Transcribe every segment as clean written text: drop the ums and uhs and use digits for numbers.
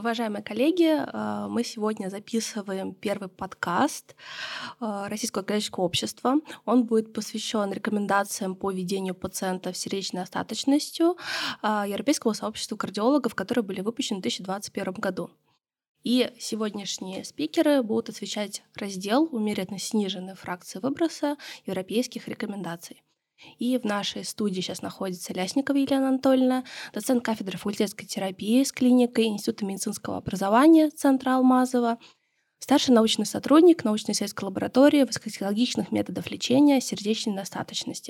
Уважаемые коллеги, мы сегодня записываем первый подкаст Российского кардиологического общества. Он будет посвящен рекомендациям по ведению пациентов с сердечной остаточностью Европейского сообщества кардиологов, которые были выпущены в 2021 году. И сегодняшние спикеры будут освещать раздел умеренно сниженной фракции выброса европейских рекомендаций. И в нашей студии сейчас находится Лясникова Елена Анатольевна, доцент кафедры факультетской терапии с клиникой Института медицинского образования Центра Алмазова, старший научный сотрудник научно-исследовательской лаборатории высокотехнологичных методов лечения сердечной недостаточности.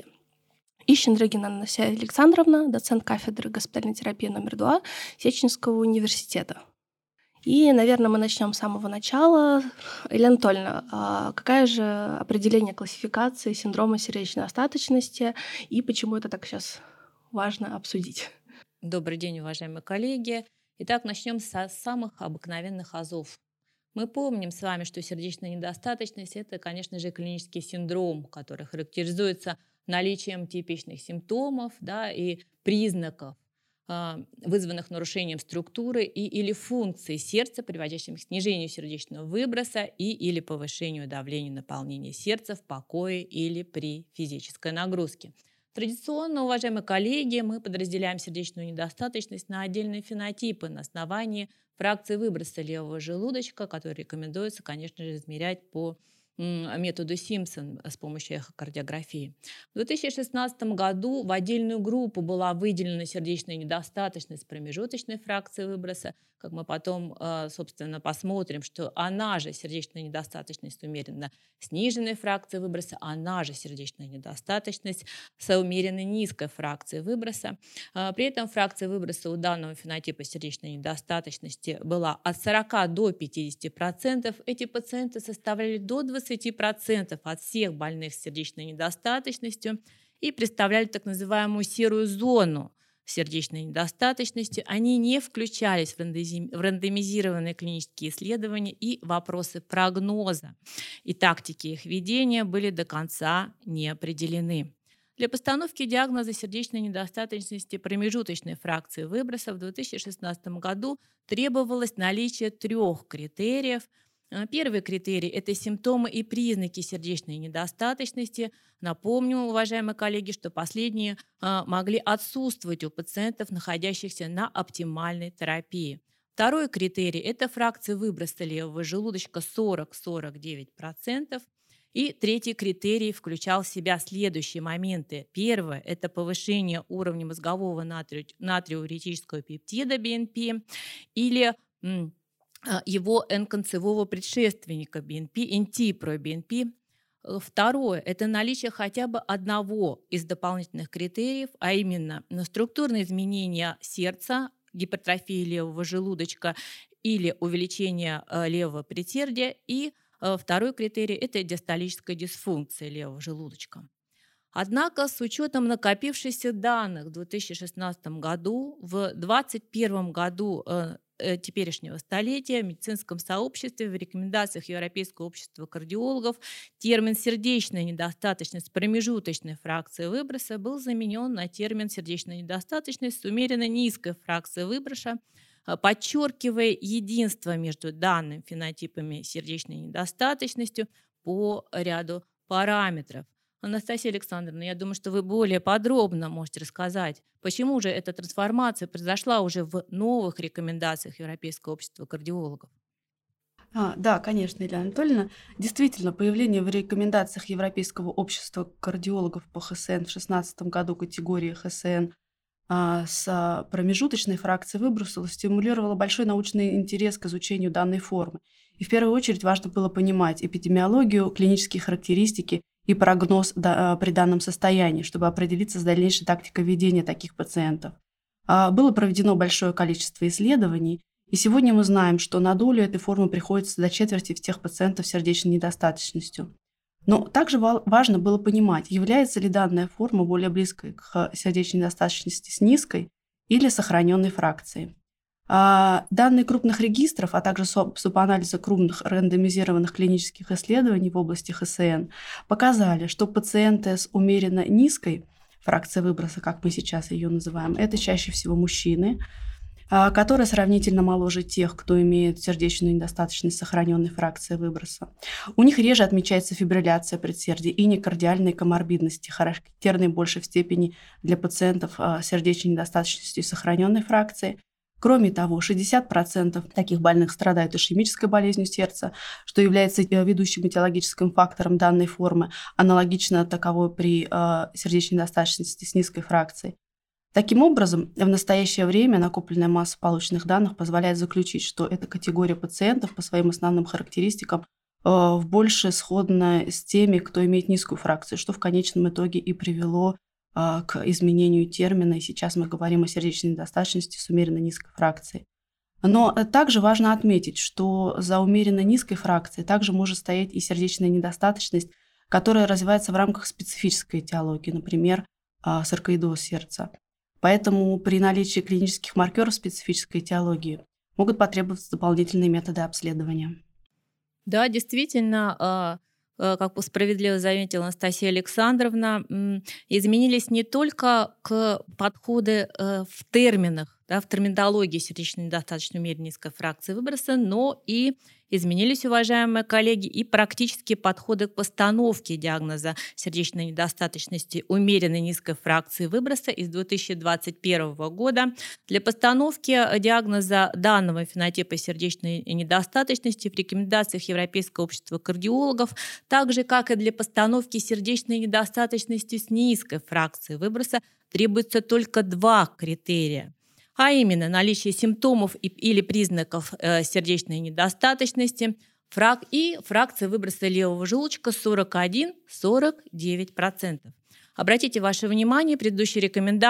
И Шендрыгина Анастасия Александровна, доцент кафедры госпитальной терапии номер 2 Сеченского университета. И, наверное, мы начнем с самого начала. Елена Анатольевна, какое же определение классификации синдрома сердечной остаточности и почему это так сейчас важно обсудить? Добрый день, уважаемые коллеги. Итак, начнем со самых обыкновенных азов. Мы помним с вами, что сердечная недостаточность – это, конечно же, клинический синдром, который характеризуется наличием типичных симптомов, и признаков, вызванных нарушением структуры или функции сердца, приводящим к снижению сердечного выброса или повышению давления наполнения сердца в покое или при физической нагрузке. Традиционно, уважаемые коллеги, мы подразделяем сердечную недостаточность на отдельные фенотипы на основании фракции выброса левого желудочка, который рекомендуется, конечно же, измерять по методу Симпсон с помощью эхокардиографии. В 2016 году в отдельную группу была выделена сердечная недостаточность с промежуточной фракцией выброса. Как мы потом, собственно, посмотрим, что она же сердечная недостаточность с умеренно сниженной фракцией выброса, она же сердечная недостаточность с умеренно низкой фракцией выброса. При этом фракция выброса у данного фенотипа сердечной недостаточности была от 40 до 50%. Эти пациенты составляли до 20% от всех больных с сердечной недостаточностью и представляли так называемую серую зону сердечной недостаточности. Они не включались в рандомизированные клинические исследования, и вопросы прогноза и тактики их ведения были до конца не определены. Для постановки диагноза сердечной недостаточности промежуточной фракции выброса в 2016 году требовалось наличие 3 критериев. Первый критерий – это симптомы и признаки сердечной недостаточности. Напомню, уважаемые коллеги, что последние могли отсутствовать у пациентов, находящихся на оптимальной терапии. Второй критерий – это фракция выброса левого желудочка 40-49%. И третий критерий включал в себя следующие моменты. Первое – это повышение уровня мозгового натриуретического пептида BNP или его N-концевого предшественника BNP, NT-proBNP. Второе – это наличие хотя бы одного из дополнительных критериев, а именно структурные изменения сердца, гипертрофия левого желудочка или увеличение левого предсердия. И второй критерий – это диастолическая дисфункция левого желудочка. Однако с учетом накопившихся данных в 2016 году, в 2021 году теперешнего столетия в медицинском сообществе в рекомендациях Европейского общества кардиологов термин «сердечная недостаточность» с промежуточной фракцией выброса был заменен на термин «сердечная недостаточность» с умеренно низкой фракцией выброса, подчеркивая единство между данными фенотипами сердечной недостаточностью по ряду параметров. Анастасия Александровна, я думаю, что вы более подробно можете рассказать, почему же эта трансформация произошла уже в новых рекомендациях Европейского общества кардиологов. Да, конечно, Елена Анатольевна. Действительно, появление в рекомендациях Европейского общества кардиологов по ХСН в 2016 году категории ХСН с промежуточной фракцией выброса стимулировало большой научный интерес к изучению данной формы. И в первую очередь важно было понимать эпидемиологию, клинические характеристики и прогноз при данном состоянии, чтобы определиться с дальнейшей тактикой ведения таких пациентов. Было проведено большое количество исследований, и сегодня мы знаем, что на долю этой формы приходится до четверти всех пациентов с сердечной недостаточностью. Но также важно было понимать, является ли данная форма более близкой к сердечной недостаточности с низкой или сохраненной фракцией. Данные крупных регистров, а также субанализа крупных рандомизированных клинических исследований в области ХСН показали, что пациенты с умеренно низкой фракцией выброса, как мы сейчас ее называем, это чаще всего мужчины, которые сравнительно моложе тех, кто имеет сердечную недостаточность сохраненной фракции выброса. У них реже отмечается фибрилляция предсердий и некардиальные коморбидности, характерные больше в степени для пациентов с сердечной недостаточностью и сохраненной фракции. Кроме того, 60% таких больных страдают ишемической болезнью сердца, что является ведущим этиологическим фактором данной формы, аналогично таковой при сердечной недостаточности с низкой фракцией. Таким образом, в настоящее время накопленная масса полученных данных позволяет заключить, что эта категория пациентов по своим основным характеристикам больше сходна с теми, кто имеет низкую фракцию, что в конечном итоге и привело к изменению термина, и сейчас мы говорим о сердечной недостаточности с умеренно низкой фракцией. Но также важно отметить, что за умеренно низкой фракцией также может стоять и сердечная недостаточность, которая развивается в рамках специфической этиологии, например, саркоидоз сердца. Поэтому при наличии клинических маркеров специфической этиологии могут потребоваться дополнительные методы обследования. Да, действительно, как справедливо заметила Анастасия Александровна, изменились не только подходы в терминах, да, в терминологии сердечной недостаточной умеренно низкой фракции выброса, но и изменились, уважаемые коллеги, и практические подходы к постановке диагноза сердечной недостаточности умеренно низкой фракции выброса из 2021 года. Для постановки диагноза данного фенотипа сердечной недостаточности в рекомендациях Европейского общества кардиологов, так же, как и для постановки сердечной недостаточности с низкой фракцией выброса, требуется только два критерия. А именно наличие симптомов или признаков сердечной недостаточности и фракция выброса левого желудочка 41-49%. Обратите ваше внимание, в предыдущих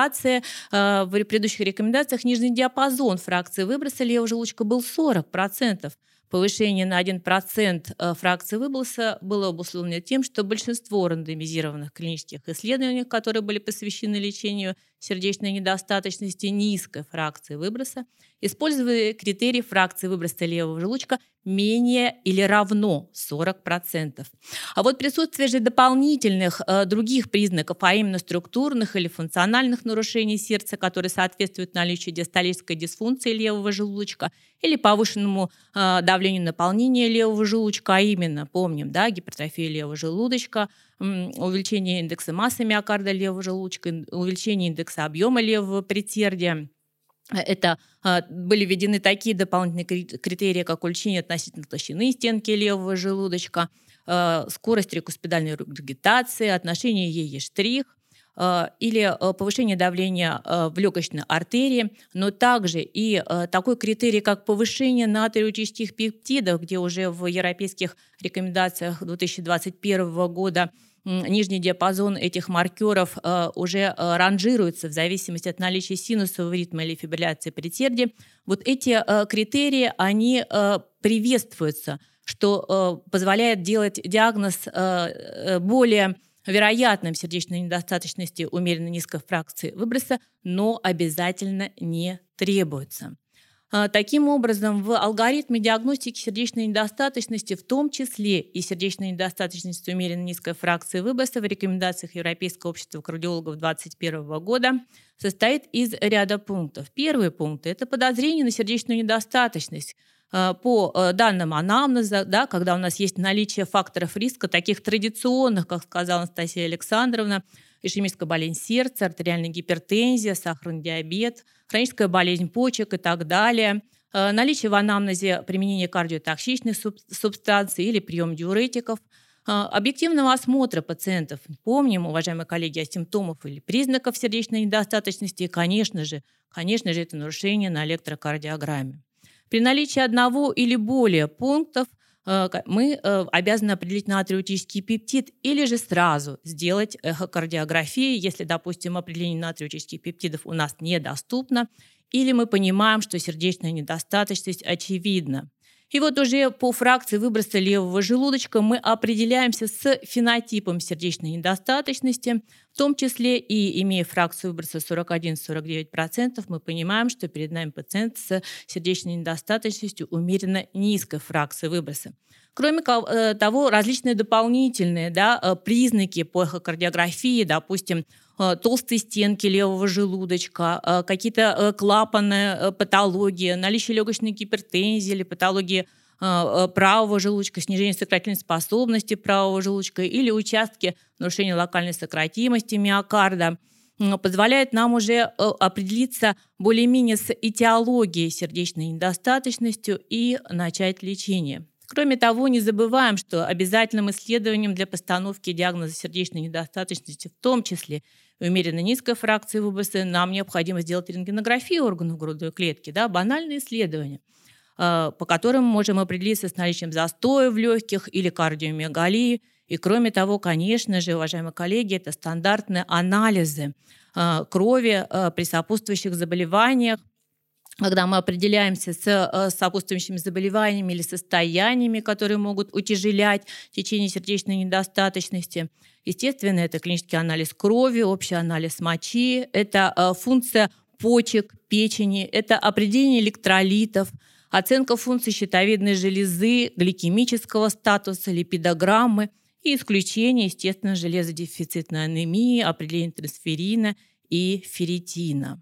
рекомендациях нижний диапазон фракции выброса левого желудочка был 40%. Повышение на 1% фракции выброса было обусловлено тем, что большинство рандомизированных клинических исследований, которые были посвящены лечению сердечной недостаточности низкой фракции выброса, использовали критерий фракции выброса левого желудочка менее или равно 40%. А вот присутствие же дополнительных других признаков, а именно структурных или функциональных нарушений сердца, которые соответствуют наличию диастолической дисфункции левого желудочка или повышенному давлению наполнения левого желудочка, а именно, помним, да, гипертрофия левого желудочка, увеличение индекса массы миокарда левого желудочка, увеличение индекса объема левого предсердия. Это были введены такие дополнительные критерии, как увеличение относительно толщины стенки левого желудочка, скорость рекуспидальной регургитации, отношение ЕЕ' или повышение давления в легочной артерии, но также и такой критерий, как повышение натриуретических пептидов, где уже в европейских рекомендациях 2021 года нижний диапазон этих маркеров уже ранжируется в зависимости от наличия синусового ритма или фибрилляции предсердия. Вот эти критерии, они приветствуются, что позволяет делать диагноз более вероятным сердечной недостаточности умеренно низкой фракции выброса, но обязательно не требуется. Таким образом, в алгоритме диагностики сердечной недостаточности, в том числе и сердечной недостаточности умеренно низкой фракции выброса в рекомендациях Европейского общества кардиологов 2021 года, состоит из ряда пунктов. Первый пункт – это подозрение на сердечную недостаточность. По данным анамнеза, да, когда у нас есть наличие факторов риска, таких традиционных, как сказала Анастасия Александровна, ишемическая болезнь сердца, артериальная гипертензия, сахарный диабет, хроническая болезнь почек и так далее, наличие в анамнезе применения кардиотоксичных субстанций или прием диуретиков, объективного осмотра пациентов. Помним, уважаемые коллеги, о симптомах или признаках сердечной недостаточности, и, конечно же, это нарушение на электрокардиограмме. При наличии одного или более пунктов мы обязаны определить натриуретический пептид или же сразу сделать эхокардиографию, если, допустим, определение натриуретических пептидов у нас недоступно, или мы понимаем, что сердечная недостаточность очевидна. И вот уже по фракции выброса левого желудочка мы определяемся с фенотипом сердечной недостаточности, в том числе и имея фракцию выброса 41-49%, мы понимаем, что перед нами пациент с сердечной недостаточностью умеренно низкой фракции выброса. Кроме того, различные дополнительные признаки по эхокардиографии, допустим, толстые стенки левого желудочка, какие-то клапанные патологии, наличие легочной гипертензии или патологии правого желудочка, снижение сократительной способности правого желудочка или участки нарушения локальной сократимости миокарда, позволяет нам уже определиться более-менее с этиологией сердечной недостаточности и начать лечение. Кроме того, не забываем, что обязательным исследованием для постановки диагноза сердечной недостаточности, в том числе и умеренно низкой фракции ВБС, нам необходимо сделать рентгенографию органов грудной клетки, банальные исследования, по которым мы можем определиться с наличием застоя в легких или кардиомиогалии. И кроме того, конечно же, уважаемые коллеги, это стандартные анализы крови при сопутствующих заболеваниях, когда мы определяемся с сопутствующими заболеваниями или состояниями, которые могут утяжелять течение сердечной недостаточности. Естественно, это клинический анализ крови, общий анализ мочи, это функция почек, печени, это определение электролитов, оценка функций щитовидной железы, гликемического статуса, липидограммы и исключение, естественно, железодефицитной анемии, определение трансферина и ферритина.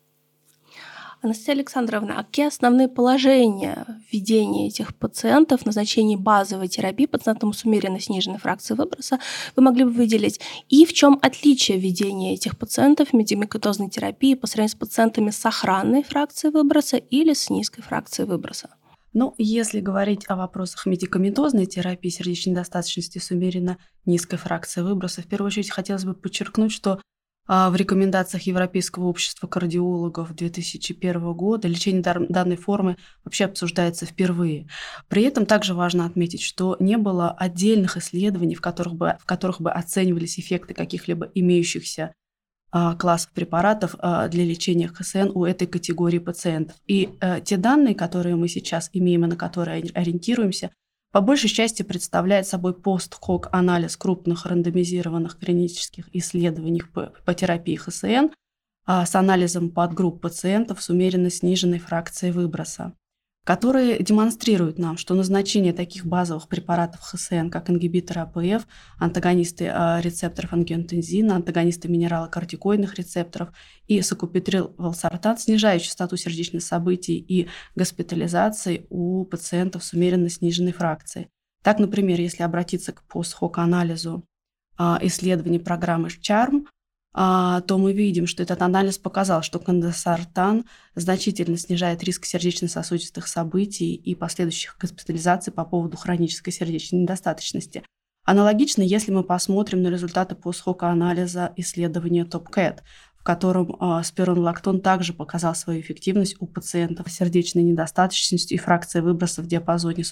Анастасия Александровна, а какие основные положения введения этих пациентов, назначения базовой терапии пациентам с умеренно сниженной фракцией выброса вы могли бы выделить? И в чем отличие введения этих пациентов медикаментозной терапии по сравнению с пациентами с сохранной фракцией выброса или с низкой фракцией выброса? Если говорить о вопросах медикаментозной терапии сердечной недостаточности с умеренно низкой фракцией выброса, в первую очередь хотелось бы подчеркнуть, что в рекомендациях Европейского общества кардиологов 2001 года лечение данной формы вообще обсуждается впервые. При этом также важно отметить, что не было отдельных исследований, в которых бы оценивались эффекты каких-либо имеющихся классов препаратов для лечения ХСН у этой категории пациентов. И те данные, которые мы сейчас имеем и на которые ориентируемся, по большей части представляет собой пост-хок-анализ крупных рандомизированных клинических исследований по терапии ХСН с анализом подгрупп пациентов с умеренно сниженной фракцией выброса, которые демонстрируют нам, что назначение таких базовых препаратов ХСН, как ингибиторы АПФ, антагонисты рецепторов ангиотензина, антагонисты минералокортикоидных рецепторов и сакупетрил-валсартан снижают частоту сердечных событий и госпитализации у пациентов с умеренно сниженной фракцией. Так, например, если обратиться к пост-хок-анализу исследований программы CHARM, то мы видим, что этот анализ показал, что кондосартан значительно снижает риск сердечно-сосудистых событий и последующих госпитализаций по поводу хронической сердечной недостаточности. Аналогично, если мы посмотрим на результаты пост-хок-анализа исследования TOPCAT, в котором спиронолактон также показал свою эффективность у пациентов с сердечной недостаточностью и фракцией выброса в диапазоне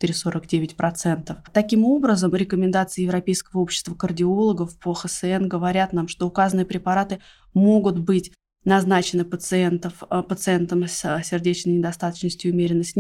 44-49%. Таким образом, рекомендации Европейского общества кардиологов по ХСН говорят нам, что указанные препараты могут быть назначены пациентам с сердечной недостаточностью умеренно с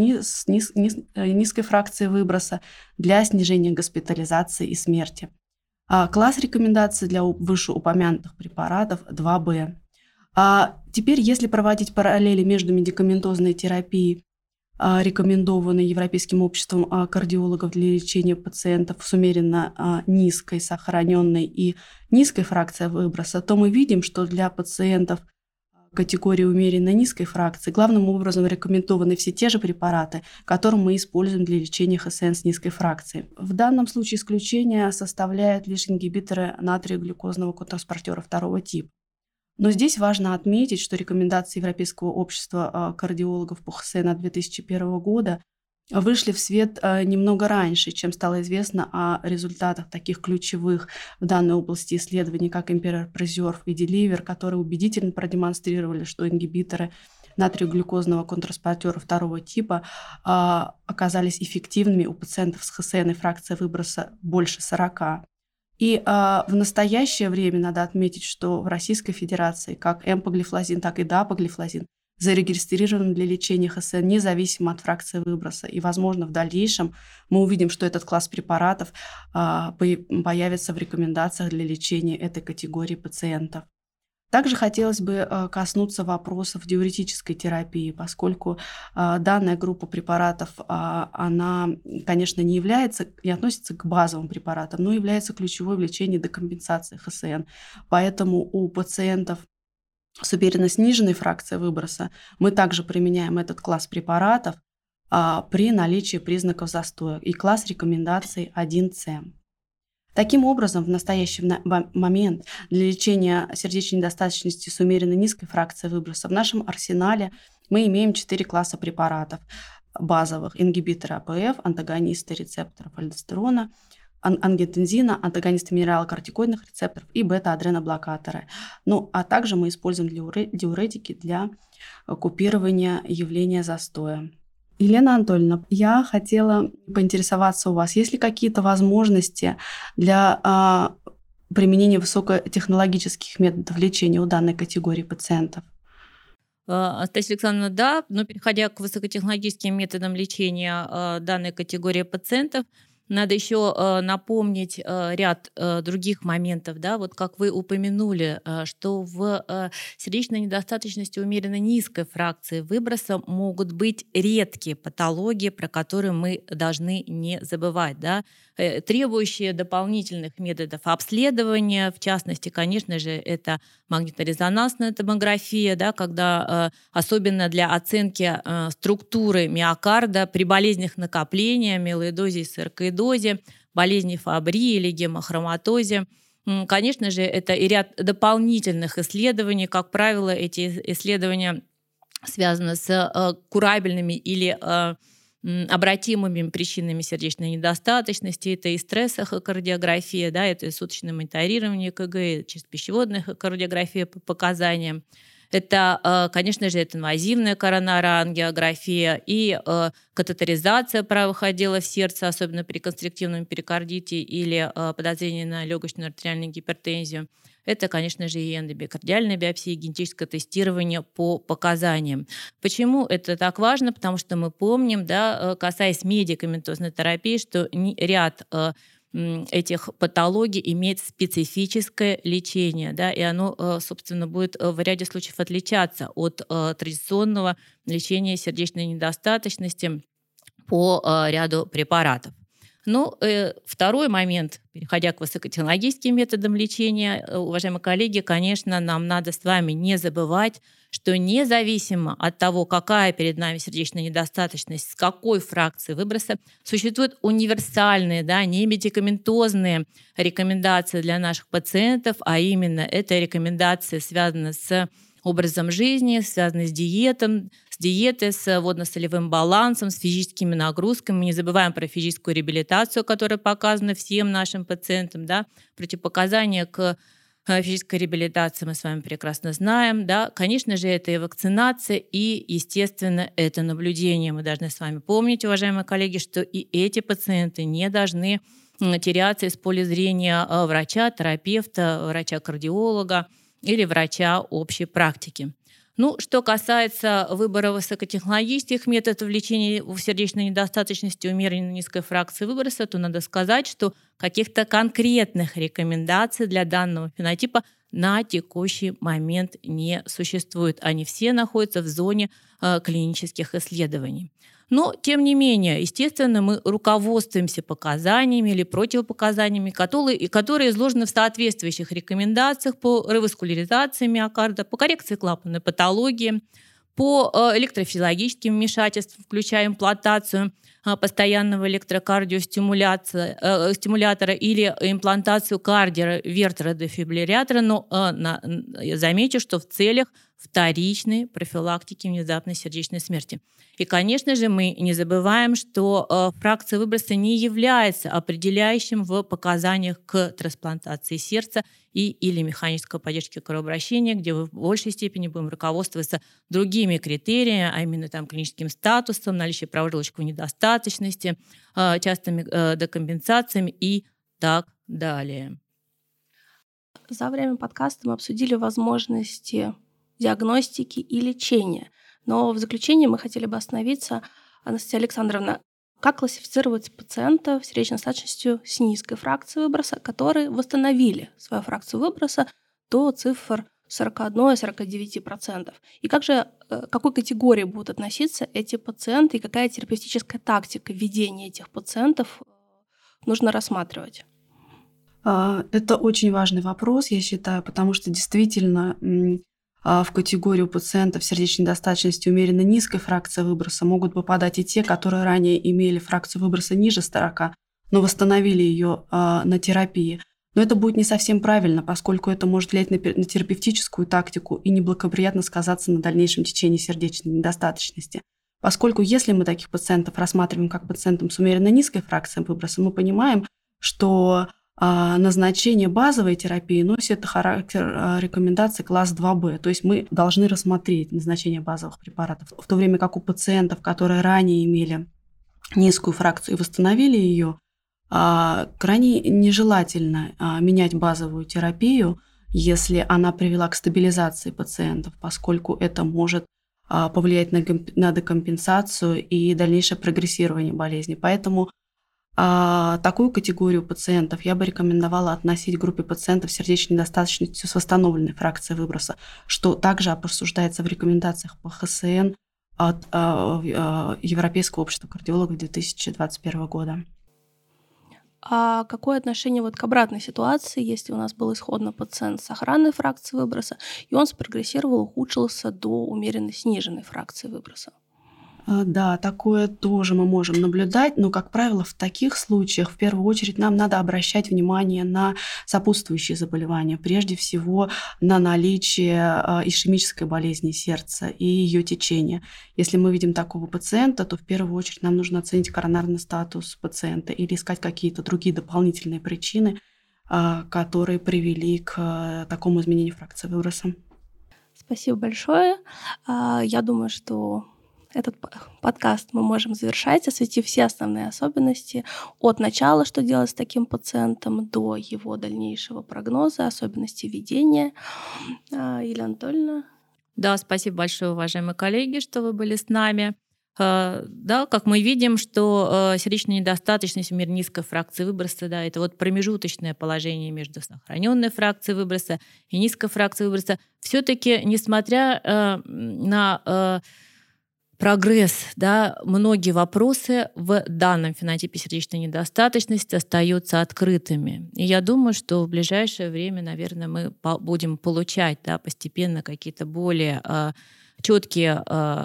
низкой фракцией выброса для снижения госпитализации и смерти. Класс рекомендаций для вышеупомянутых препаратов 2Б. Теперь, если проводить параллели между медикаментозной терапией, рекомендованной Европейским обществом кардиологов для лечения пациентов с умеренно низкой, сохраненной и низкой фракцией выброса, то мы видим, что для пациентов категории умеренно низкой фракции главным образом рекомендованы все те же препараты, которые мы используем для лечения ХСН с низкой фракцией. В данном случае исключение составляют лишь ингибиторы натрия-глюкозного котранспортера второго типа. Но здесь важно отметить, что рекомендации Европейского общества кардиологов по ХСН от 2001 года вышли в свет немного раньше, чем стало известно о результатах таких ключевых в данной области исследований, как Emperor Preserve и Deliver, которые убедительно продемонстрировали, что ингибиторы натрия-глюкозного контртранспортера второго типа оказались эффективными у пациентов с ХСН и фракцией выброса больше 40. И в настоящее время надо отметить, что в Российской Федерации как эмпоглифлозин, так и дапоглифлозин зарегистрирован для лечения ХСН независимо от фракции выброса. И, возможно, в дальнейшем мы увидим, что этот класс препаратов появится в рекомендациях для лечения этой категории пациентов. Также хотелось бы коснуться вопросов диуретической терапии, поскольку данная группа препаратов, она, конечно, не относится к базовым препаратам, но является ключевой в лечении декомпенсации ХСН. Поэтому у пациентов с умеренно сниженной фракцией выброса мы также применяем этот класс препаратов при наличии признаков застоя и класс рекомендаций 1С. Таким образом, в настоящий момент для лечения сердечной недостаточности с умеренно низкой фракцией выброса в нашем арсенале мы имеем 4 класса препаратов базовых: ингибиторы АПФ, антагонисты рецепторов альдостерона, ангиотензина, антагонисты минералокортикоидных рецепторов и бета-адреноблокаторы. А также мы используем диуретики для купирования явления застоя. Елена Анатольевна, я хотела поинтересоваться у вас, есть ли какие-то возможности для применения высокотехнологических методов лечения у данной категории пациентов? Анастасия Александровна, да, но переходя к высокотехнологическим методам лечения данной категории пациентов, надо еще напомнить ряд других моментов, да, вот как вы упомянули, что в сердечной недостаточности умеренно низкой фракции выброса могут быть редкие патологии, про которые мы должны не забывать, да, требующие дополнительных методов обследования, в частности, конечно же, это магнитно-резонансная томография, да, когда особенно для оценки структуры миокарда при болезнях накопления, амилоидозе и саркоидозе, болезни Фабри или гемохроматозе. Конечно же, это и ряд дополнительных исследований. Как правило, эти исследования связаны с курабельными или обратимыми причинами сердечной недостаточности. Это и стрессохокардиография, да, это и суточное мониторирование ЭКГ, и пищеводная кардиография по показаниям. Это, конечно же, это инвазивная коронарная ангиография и катетеризация правых отделов сердца, особенно при констриктивном перикардите или подозрении на легочную артериальную гипертензию. Это, конечно же, и эндобиокардиальная биопсия, и генетическое тестирование по показаниям. Почему это так важно? Потому что мы помним, да, касаясь медикаментозной терапии, что ряд этих патологий имеет специфическое лечение, да, и оно, собственно, будет в ряде случаев отличаться от традиционного лечения сердечной недостаточности по ряду препаратов. Второй момент, переходя к высокотехнологическим методам лечения, уважаемые коллеги, конечно, нам надо с вами не забывать, что независимо от того, какая перед нами сердечная недостаточность, с какой фракцией выброса, существуют универсальные, да, немедикаментозные рекомендации для наших пациентов, а именно это рекомендации связаны с образом жизни, связаны с диетой, с водно-солевым балансом, с физическими нагрузками. Мы не забываем про физическую реабилитацию, которая показана всем нашим пациентам. Да? Противопоказания к физической реабилитации мы с вами прекрасно знаем. Да? Конечно же, это и вакцинация, и, естественно, это наблюдение. Мы должны с вами помнить, уважаемые коллеги, что и эти пациенты не должны теряться из поля зрения врача, терапевта, врача-кардиолога или врача общей практики. Что касается выбора высокотехнологических методов лечения сердечной недостаточности умеренно низкой фракции выброса, то надо сказать, что каких-то конкретных рекомендаций для данного фенотипа на текущий момент не существует. Они все находятся в зоне клинических исследований. Но, тем не менее, естественно, мы руководствуемся показаниями или противопоказаниями, которые изложены в соответствующих рекомендациях по реваскуляризации миокарда, по коррекции клапанной патологии, по электрофизиологическим вмешательствам, включая имплантацию постоянного электрокардиостимулятора или имплантацию кардиовертера-дефибриллятора, но замечу, что в целях вторичной профилактики внезапной сердечной смерти. И, конечно же, мы не забываем, что фракция выброса не является определяющим в показаниях к трансплантации сердца или механической поддержки кровообращения, где мы в большей степени будем руководствоваться другими критериями, а именно клиническим статусом, наличие правой-желудочковой недостаточности, частыми декомпенсациями и так далее. За время подкаста мы обсудили возможности диагностики и лечения. Но в заключение мы хотели бы остановиться, Анастасия Александровна, как классифицировать пациентов с сердечной недостаточностью с низкой фракцией выброса, которые восстановили свою фракцию выброса до цифр 41-49%. И как же, к какой категории будут относиться эти пациенты и какая терапевтическая тактика ведения этих пациентов нужно рассматривать? Это очень важный вопрос, я считаю, потому что действительно в категорию пациентов с сердечной недостаточностью умеренно низкой фракции выброса могут попадать и те, которые ранее имели фракцию выброса ниже 40, но восстановили ее на терапии. Но это будет не совсем правильно, поскольку это может влиять на терапевтическую тактику и неблагоприятно сказаться на дальнейшем течении сердечной недостаточности. Поскольку если мы таких пациентов рассматриваем как пациентов с умеренно низкой фракцией выброса, мы понимаем, что назначение базовой терапии носит характер рекомендаций класс 2Б. То есть мы должны рассмотреть назначение базовых препаратов, в то время как у пациентов, которые ранее имели низкую фракцию и восстановили ее, крайне нежелательно менять базовую терапию, если она привела к стабилизации пациентов, поскольку это может повлиять на декомпенсацию и дальнейшее прогрессирование болезни. Поэтому такую категорию пациентов я бы рекомендовала относить к группе пациентов с сердечной недостаточностью с восстановленной фракцией выброса, что также обсуждается в рекомендациях по ХСН от Европейского общества кардиологов 2021 года. А какое отношение вот к обратной ситуации, если у нас был исходно пациент с сохранной фракцией выброса, и он спрогрессировал, ухудшился до умеренно сниженной фракции выброса? Да, такое тоже мы можем наблюдать, но, как правило, в таких случаях в первую очередь нам надо обращать внимание на сопутствующие заболевания, прежде всего на наличие ишемической болезни сердца и ее течения. Если мы видим такого пациента, то в первую очередь нам нужно оценить коронарный статус пациента или искать какие-то другие дополнительные причины, которые привели к такому изменению фракции выброса. Спасибо большое. Я думаю, что этот подкаст мы можем завершать, осветив все основные особенности от начала, что делать с таким пациентом, до его дальнейшего прогноза, особенностей ведения. Елена Анатольевна. Да, спасибо большое, уважаемые коллеги, что вы были с нами. Да, как мы видим, что сердечная недостаточность в мире низкой фракции выброса, да, это вот промежуточное положение между сохраненной фракцией выброса и низкой фракцией выброса. Все-таки, несмотря на прогресс, да, многие вопросы в данном фенотипе сердечной недостаточности остаются открытыми. И я думаю, что в ближайшее время, наверное, мы будем получать, да, постепенно какие-то более четкие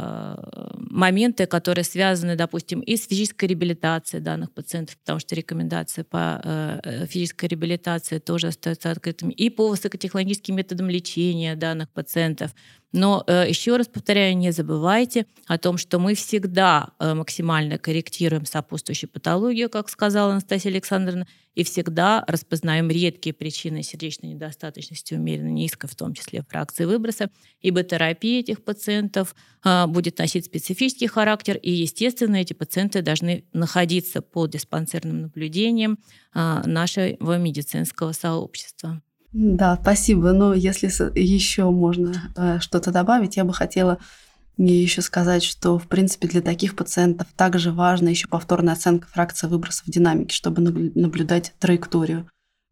моменты, которые связаны, допустим, и с физической реабилитацией данных пациентов, потому что рекомендации по физической реабилитации тоже остаются открытыми, и по высокотехнологическим методам лечения данных пациентов. Но еще раз повторяю, не забывайте о том, что мы всегда максимально корректируем сопутствующую патологию, как сказала Анастасия Александровна, и всегда распознаем редкие причины сердечной недостаточности умеренно низкой, в том числе фракции выброса, ибо терапия этих пациентов будет носить специфический характер, и, естественно, эти пациенты должны находиться под диспансерным наблюдением нашего медицинского сообщества. Да, спасибо. Но если еще можно что-то добавить, я бы хотела еще сказать, что, в принципе, для таких пациентов также важна еще повторная оценка фракции выброса в динамике, чтобы наблюдать траекторию,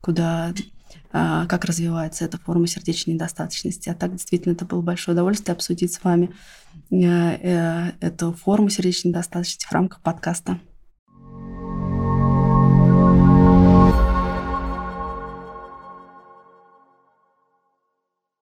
как развивается эта форма сердечной недостаточности. А так, действительно, это было большое удовольствие обсудить с вами эту форму сердечной недостаточности в рамках подкаста.